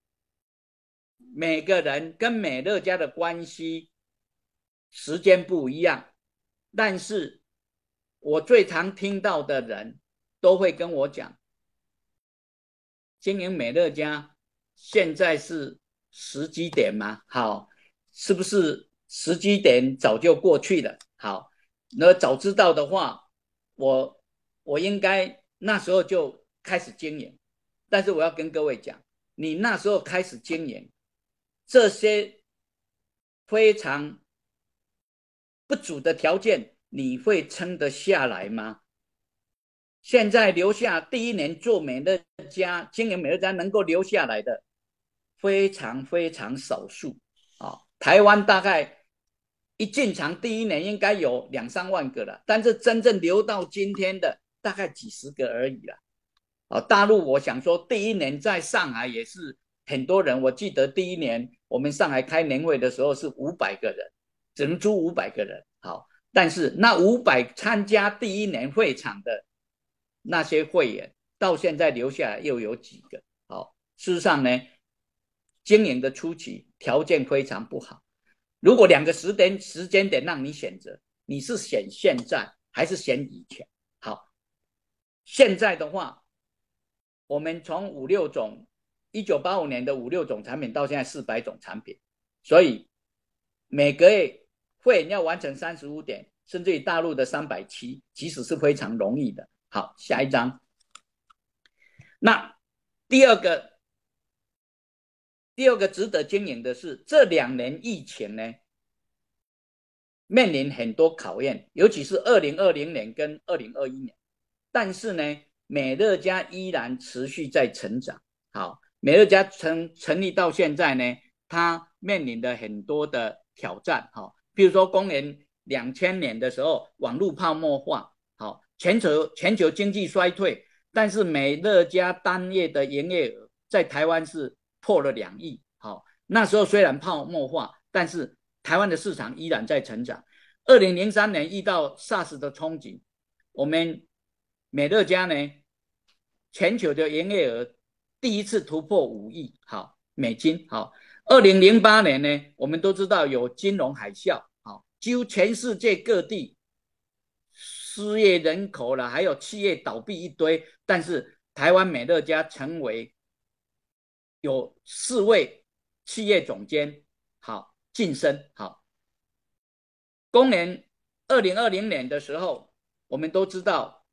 每个人跟美乐家的关系时间不一样，但是我最常听到的人都会跟我讲，经营美乐家现在是时机点吗？好，是不是时机点早就过去了？好，那早知道的话，我我应该那时候就开始经营。但是我要跟各位讲，你那时候开始经营，这些非常不足的条件，你会撑得下来吗？现在留下第一年做美乐家，经营美乐家能够留下来的非常非常少数。哦，台湾大概一进场第一年应该有两三万个了，但是真正留到今天的大概几十个而已了。哦，大陆我想说第一年在上海也是很多人，我记得第一年我们上海开年会的时候是五百个人，只能租五百个人。好，但是那五百参加第一年会场的那些会员到现在留下来又有几个？好，事实上呢，经营的初期条件非常不好。如果两个时间时间点让你选择，你是选现在还是选以前？好，现在的话，我们从五六种一九八五年的五六种产品到现在四百种产品，所以每个月会要完成三十五点，甚至于大陆的三百七，其实是非常容易的。好，下一张。那第二个，第二个值得经营的是，这两年疫情呢，面临很多考验，尤其是二零二零年跟二零二一年。但是呢，美乐家依然持续在成长。好，美乐家成成立到现在呢，它面临的很多的挑战。好，比如说公元两千年的时候，网络泡沫化，好，全球全球经济衰退，但是美乐家单月的营业额在台湾是破了两亿。好，那时候虽然泡沫化，但是台湾的市场依然在成长。二零零三年遇到 SARS 的冲击，我们美乐家呢，全球的营业额第一次突破五亿好美金。好，二零零八年呢，我们都知道有金融海啸，好，几乎全世界各地失业人口了，还有企业倒闭一堆，但是台湾美乐家成为有四位企业总监好晋升。好，公元二零二零年的时候，我们都知道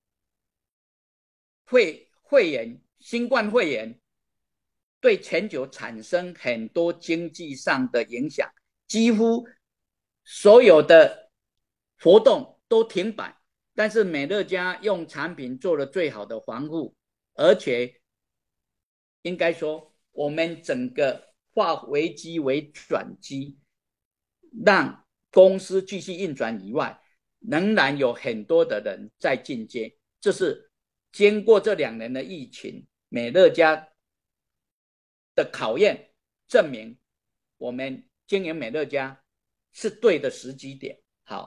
会会员新冠肺炎对全球产生很多经济上的影响，几乎所有的活动都停摆，但是美乐家用产品做了最好的防护，而且应该说我们整个化危机为转机，让公司继续运转以外，仍然有很多的人在进阶。这是经过这两年的疫情，美乐家的考验，证明我们经营美乐家是对的时机点。好，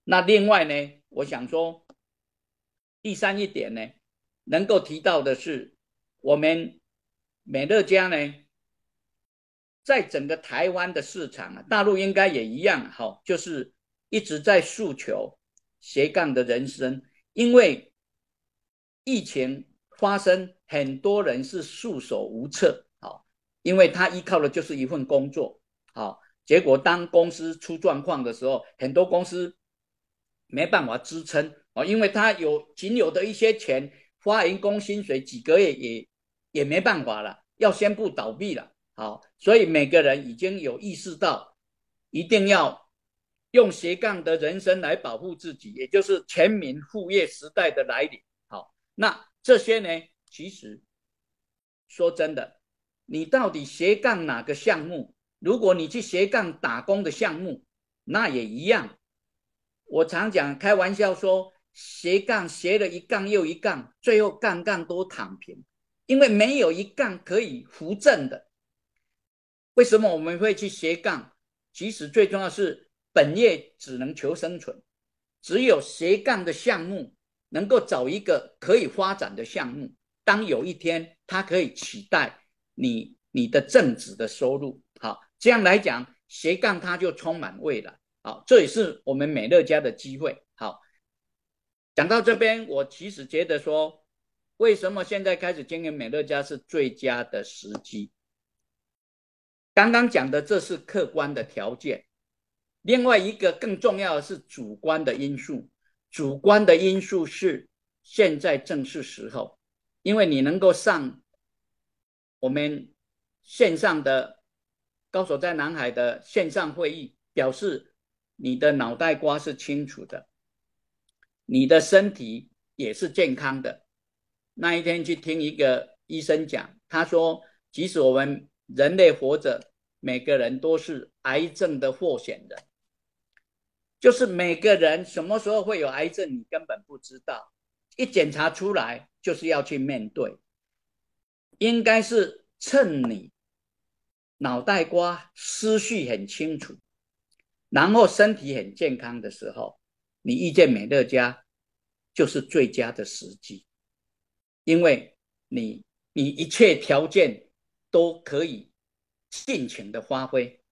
那另外呢，我想说，第三一点呢，能够提到的是，我们美乐家呢，在整个台湾的市场啊，大陆应该也一样，哈，就是一直在诉求斜杠的人生，因为疫情发生，很多人是束手无策，好，因为他依靠的就是一份工作，好，结果当公司出状况的时候，很多公司没办法支撑，哦，因为他有仅有的一些钱，发员工薪水几个月也也没办法了，要宣布倒闭了，好，所以每个人已经有意识到，一定要用斜杠的人生来保护自己，也就是全民副业时代的来临。好，那这些呢，其实说真的，你到底斜杠哪个项目？如果你去斜杠打工的项目，那也一样。我常讲开玩笑说，斜杠斜了一杠又一杠，最后杠杠都躺平，因为没有一杠可以扶正的。为什么我们会去斜杠？其实最重要是本业只能求生存，只有斜杠的项目能够找一个可以发展的项目，当有一天它可以取代你你的正职的收入，好，这样来讲斜杠它就充满未来，好，这也是我们美乐家的机会。好，讲到这边，我其实觉得说，为什么现在开始经营美乐家是最佳的时机？刚刚讲的这是客观的条件，另外一个更重要的是主观的因素。主观的因素是现在正是时候，因为你能够上我们线上的高手在南海的线上会议，表示你的脑袋瓜是清楚的，你的身体也是健康的。那一天去听一个医生讲，他说即使我们人类活着，每个人都是癌症的候选人，就是每个人什么时候会有癌症你根本不知道，一检查出来就是要去面对，应该是趁你脑袋瓜思绪很清楚，然后身体很健康的时候，你遇见美乐家就是最佳的时机，因为你你一切条件都可以尽情的发挥。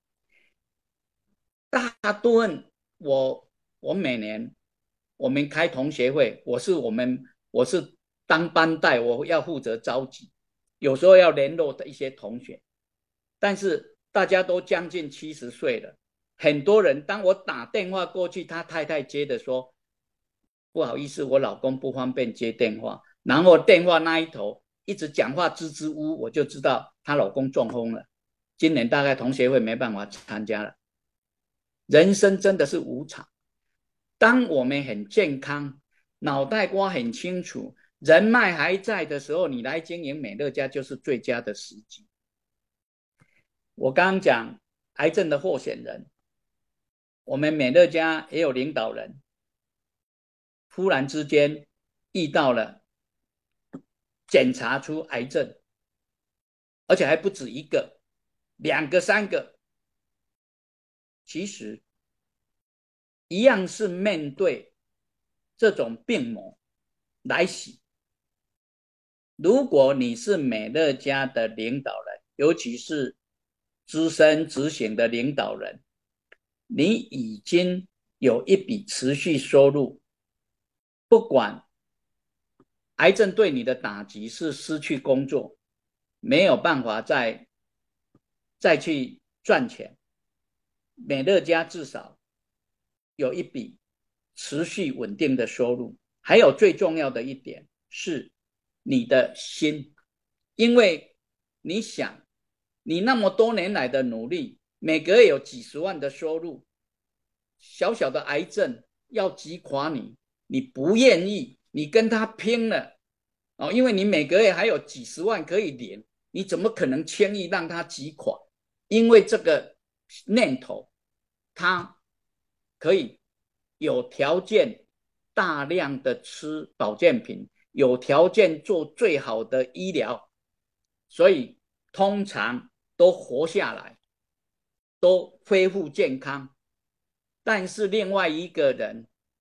大多分我我每年我们开同学会，我是我们我是当班带，我要负责召集，有时候要联络的一些同学，但是大家都将近七十岁了，很多人当我打电话过去，他太太接的说不好意思，我老公不方便接电话，然后电话那一头一直讲话支支吾吾，我就知道她老公中风了，今年大概同学会没办法参加了。人生真的是无常，当我们很健康，脑袋瓜很清楚，人脉还在的时候，你来经营美乐家就是最佳的时机。我刚刚讲癌症的候选人，我们美乐家也有领导人忽然之间遇到了检查出癌症，而且还不止一个，两个三个，其实一样是面对这种病魔来袭。如果你是美乐家的领导人，尤其是资深执行的领导人，你已经有一笔持续收入，不管癌症对你的打击是失去工作，没有办法再再去赚钱，美乐家至少有一笔持续稳定的收入。还有最重要的一点是你的心，因为你想你那么多年来的努力，每个月有几十万的收入，小小的癌症要击垮你，你不愿意，你跟他拼了，哦，因为你每个月还有几十万可以领，你怎么可能轻易让他击垮？因为这个念头，他可以有条件大量的吃保健品，有条件做最好的医疗，所以通常都活下来，都恢复健康。但是另外一个人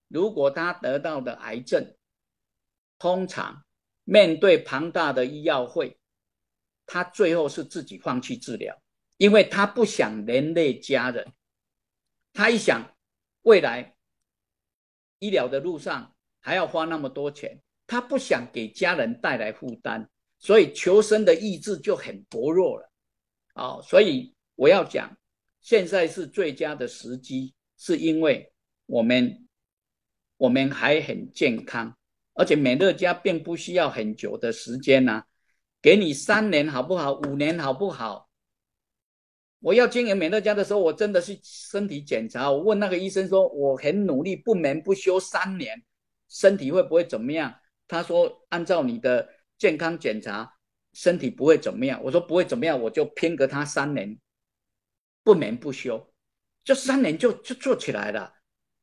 如果他得到的癌症，通常面对庞大的医药费，他最后是自己放弃治疗，因为他不想连累家人。他一想未来医疗的路上还要花那么多钱，他不想给家人带来负担，所以求生的意志就很薄弱了。哦，所以我要讲，现在是最佳的时机，是因为我们我们还很健康，而且美乐家并不需要很久的时间啊，给你三年好不好？五年好不好？我要经营美乐家的时候，我真的是身体检查，我问那个医生说，我很努力，不眠不休三年，身体会不会怎么样？他说，按照你的健康检查，身体不会怎么样。我说不会怎么样，我就拼个他三年，不眠不休，这三年就就做起来了。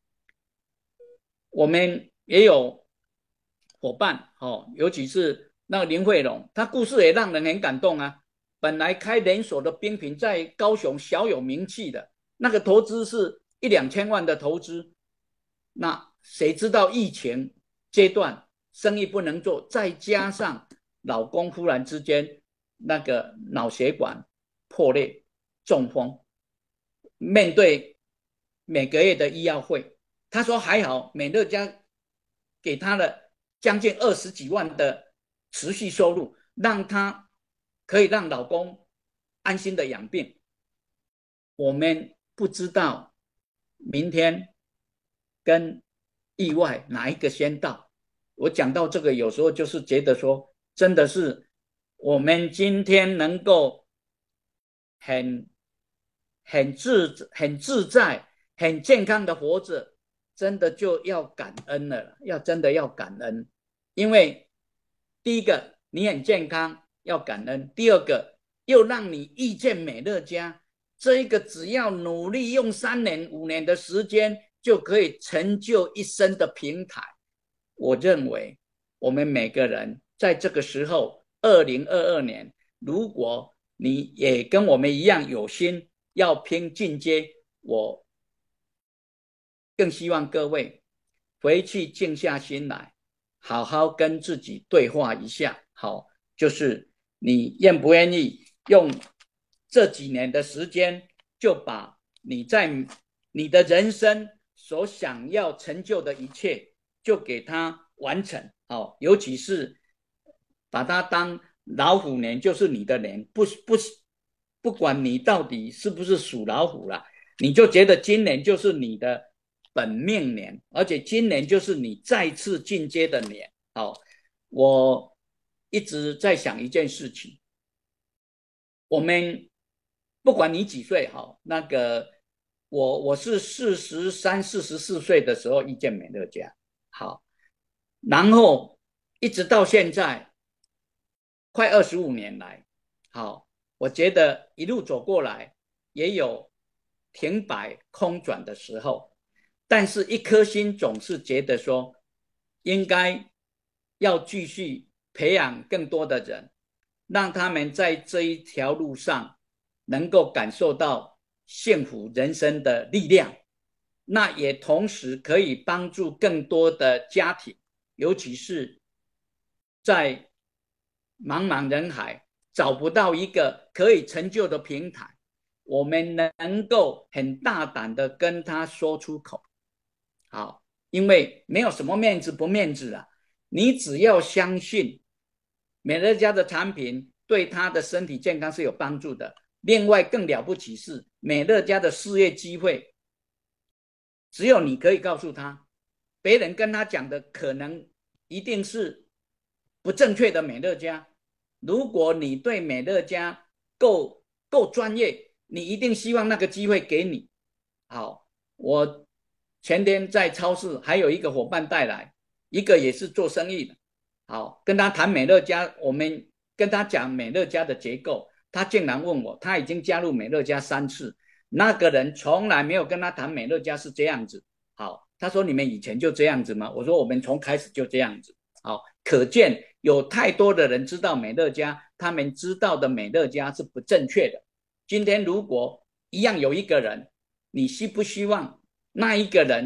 我们也有伙伴哦，尤其是那个林慧龙，他故事也让人很感动啊。本来开连锁的冰品在高雄小有名气的，那个投资是一两千万的投资，那谁知道疫情阶段生意不能做，再加上老公忽然之间那个脑血管破裂中风，面对每个月的医药费，他说还好美乐家给他了将近二十几万的持续收入，让他可以让老公安心的养病。我们不知道明天跟意外哪一个先到。我讲到这个有时候就是觉得说真的是我们今天能够很很自很自在很健康的活着，真的就要感恩了，要真的要感恩。因为第一个你很健康要感恩，第二个又让你遇见美乐家，这一个只要努力用三年五年的时间就可以成就一生的平台。我认为我们每个人在这个时候二零二二年，如果你也跟我们一样有心要拼进阶，我更希望各位回去静下心来，好好跟自己对话一下。好，就是你愿不愿意用这几年的时间，就把你在你的人生所想要成就的一切，就给它完成。好，尤其是把它当老虎年，就是你的年，不不不管你到底是不是属老虎啦，你就觉得今年就是你的本命年，而且今年就是你再次进阶的年。好，我一直在想一件事情，我们不管你几岁，好，那个我我是四十三、四十四岁的时候遇见美乐家，好，然后一直到现在，快二十五年来，好，我觉得一路走过来，也有停摆空转的时候，但是一颗心总是觉得说，应该要继续培养更多的人，让他们在这一条路上能够感受到幸福人生的力量，那也同时可以帮助更多的家庭，尤其是在茫茫人海找不到一个可以成就的平台，我们能够很大胆的跟他说出口。好，因为没有什么面子不面子啊，你只要相信美乐家的产品对他的身体健康是有帮助的，另外更了不起是美乐家的事业机会，只有你可以告诉他，别人跟他讲的可能一定是不正确的美乐家。如果你对美乐家够够专业，你一定希望那个机会给你。好，我前天在超市还有一个伙伴带来，一个也是做生意的，好，跟他谈美乐家，我们跟他讲美乐家的结构，他竟然问我，他已经加入美乐家三次，那个人从来没有跟他谈美乐家是这样子。好，他说你们以前就这样子吗？我说我们从开始就这样子。好，可见有太多的人知道美乐家，他们知道的美乐家是不正确的。今天如果一样有一个人，你希不希望那一个人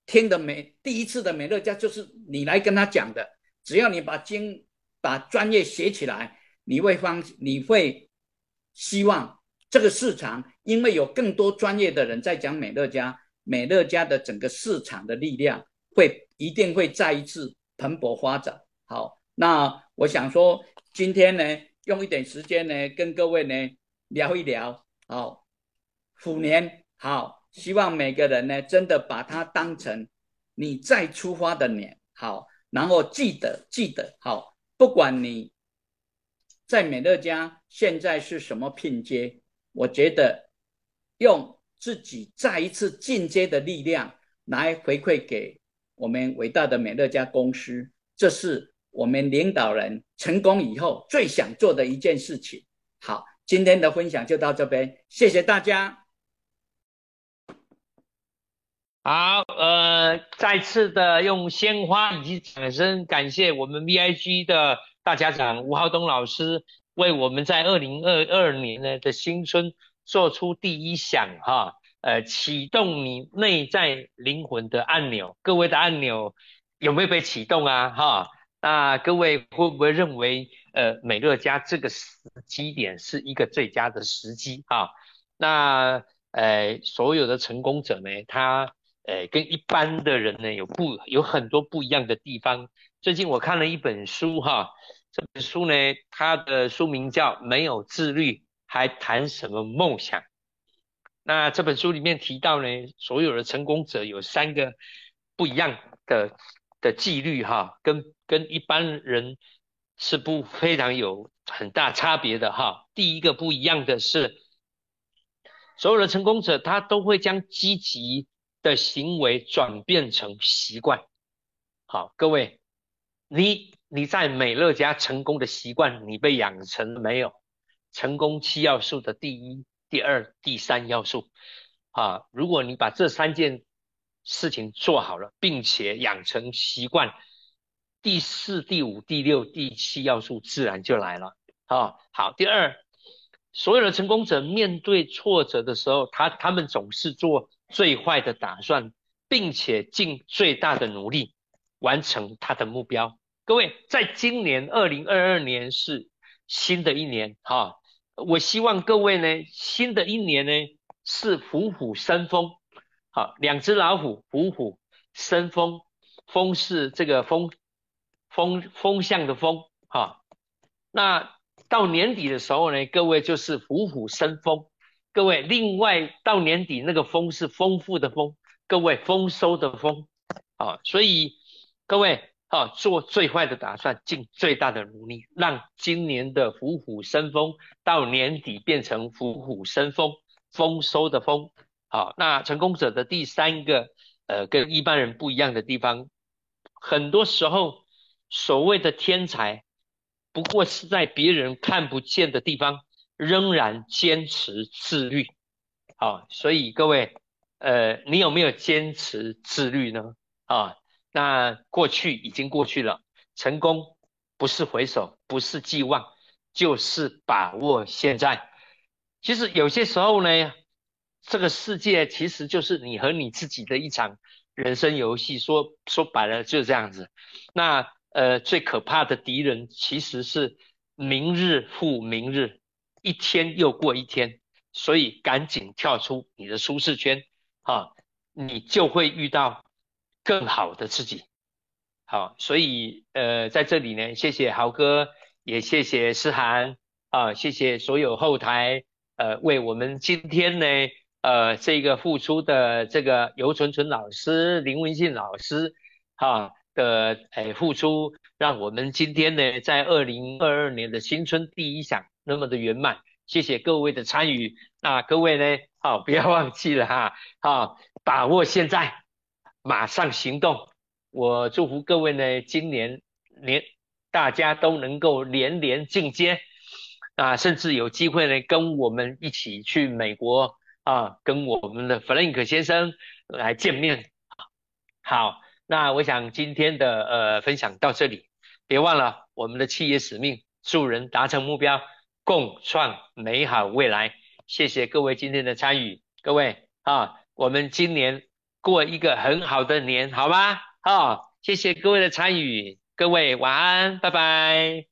听的美第一次的美乐家就是你来跟他讲的，只要你把经把专业写起来，你会方你会希望这个市场，因为有更多专业的人在讲美乐家，美乐家的整个市场的力量会一定会再一次蓬勃发展。好，那我想说今天呢，用一点时间呢，跟各位呢聊一聊。好，虎年好，希望每个人呢真的把它当成你再出发的年。好，然后记得记得好，不管你在美乐家现在是什么聘阶，我觉得用自己再一次进阶的力量来回馈给我们伟大的美乐家公司，这是我们领导人成功以后最想做的一件事情。好，今天的分享就到这边，谢谢大家。 好，呃，再次的用鲜花以及掌声感谢我们 V I G 的大家长吴浩东老师，为我们在二零二二年呢的新春做出第一响哈，呃，启动你内在灵魂的按钮。各位的按钮有没有被启动啊？哈，那各位会不会认为呃美乐家这个时机点是一个最佳的时机啊？那呃所有的成功者呢，他呃，跟一般的人呢有不有很多不一样的地方。最近我看了一本书哈，这本书呢，它的书名叫《没有自律还谈什么梦想》。那这本书里面提到呢，所有的成功者有三个不一样的的纪律哈，跟跟一般人是不非常有很大差别的哈。第一个不一样的是，所有的成功者他都会将积极的行为转变成习惯。好，各位，你你在美乐家成功的习惯，你被养成了没有？成功七要素的第一、第二、第三要素啊，如果你把这三件事情做好了，并且养成习惯，第四、第五、第六、第七要素自然就来了啊。好，第二，所有的成功者面对挫折的时候，他他们总是做最坏的打算，并且尽最大的努力完成他的目标。各位，在今年二零二二年是新的一年哈，我希望各位呢，新的一年呢是虎虎生风。好，两只老虎，虎虎生风，风是这个风风风向的风哈。那到年底的时候呢，各位就是虎虎生风。各位，另外到年底那个丰是丰富的丰，各位丰收的丰啊，所以各位啊，做最坏的打算，尽最大的努力，让今年的虎虎生风到年底变成虎虎生风，丰收的丰。好，那成功者的第三个呃跟一般人不一样的地方，很多时候所谓的天才，不过是在别人看不见的地方，仍然坚持自律。好，所以各位，呃，你有没有坚持自律呢？啊，那过去已经过去了，成功不是回首，不是寄望，就是把握现在。其实有些时候呢，这个世界其实就是你和你自己的一场人生游戏，说说白了就是这样子。那呃，最可怕的敌人其实是明日复明日，一天又过一天，所以赶紧跳出你的舒适圈啊，你就会遇到更好的自己。好，所以呃，在这里呢，谢谢豪哥，也谢谢思涵啊，谢谢所有后台呃为我们今天呢呃这个付出的这个游纯纯老师、林文信老师哈的呃付出，让我们今天呢在二零二二年的新春第一响那么的圆满。谢谢各位的参与，那各位呢好不要忘记了哈，好把握现在，马上行动。我祝福各位呢，今年年大家都能够连连进阶啊，甚至有机会呢跟我们一起去美国啊，跟我们的 Frank 先生来见面。好，那我想今天的呃分享到这里，别忘了我们的企业使命，助人达成目标，共创美好未来。谢谢各位今天的参与，各位啊，我们今年共过一个很好的年，好吗？好，谢谢各位的参与，各位晚安，拜拜。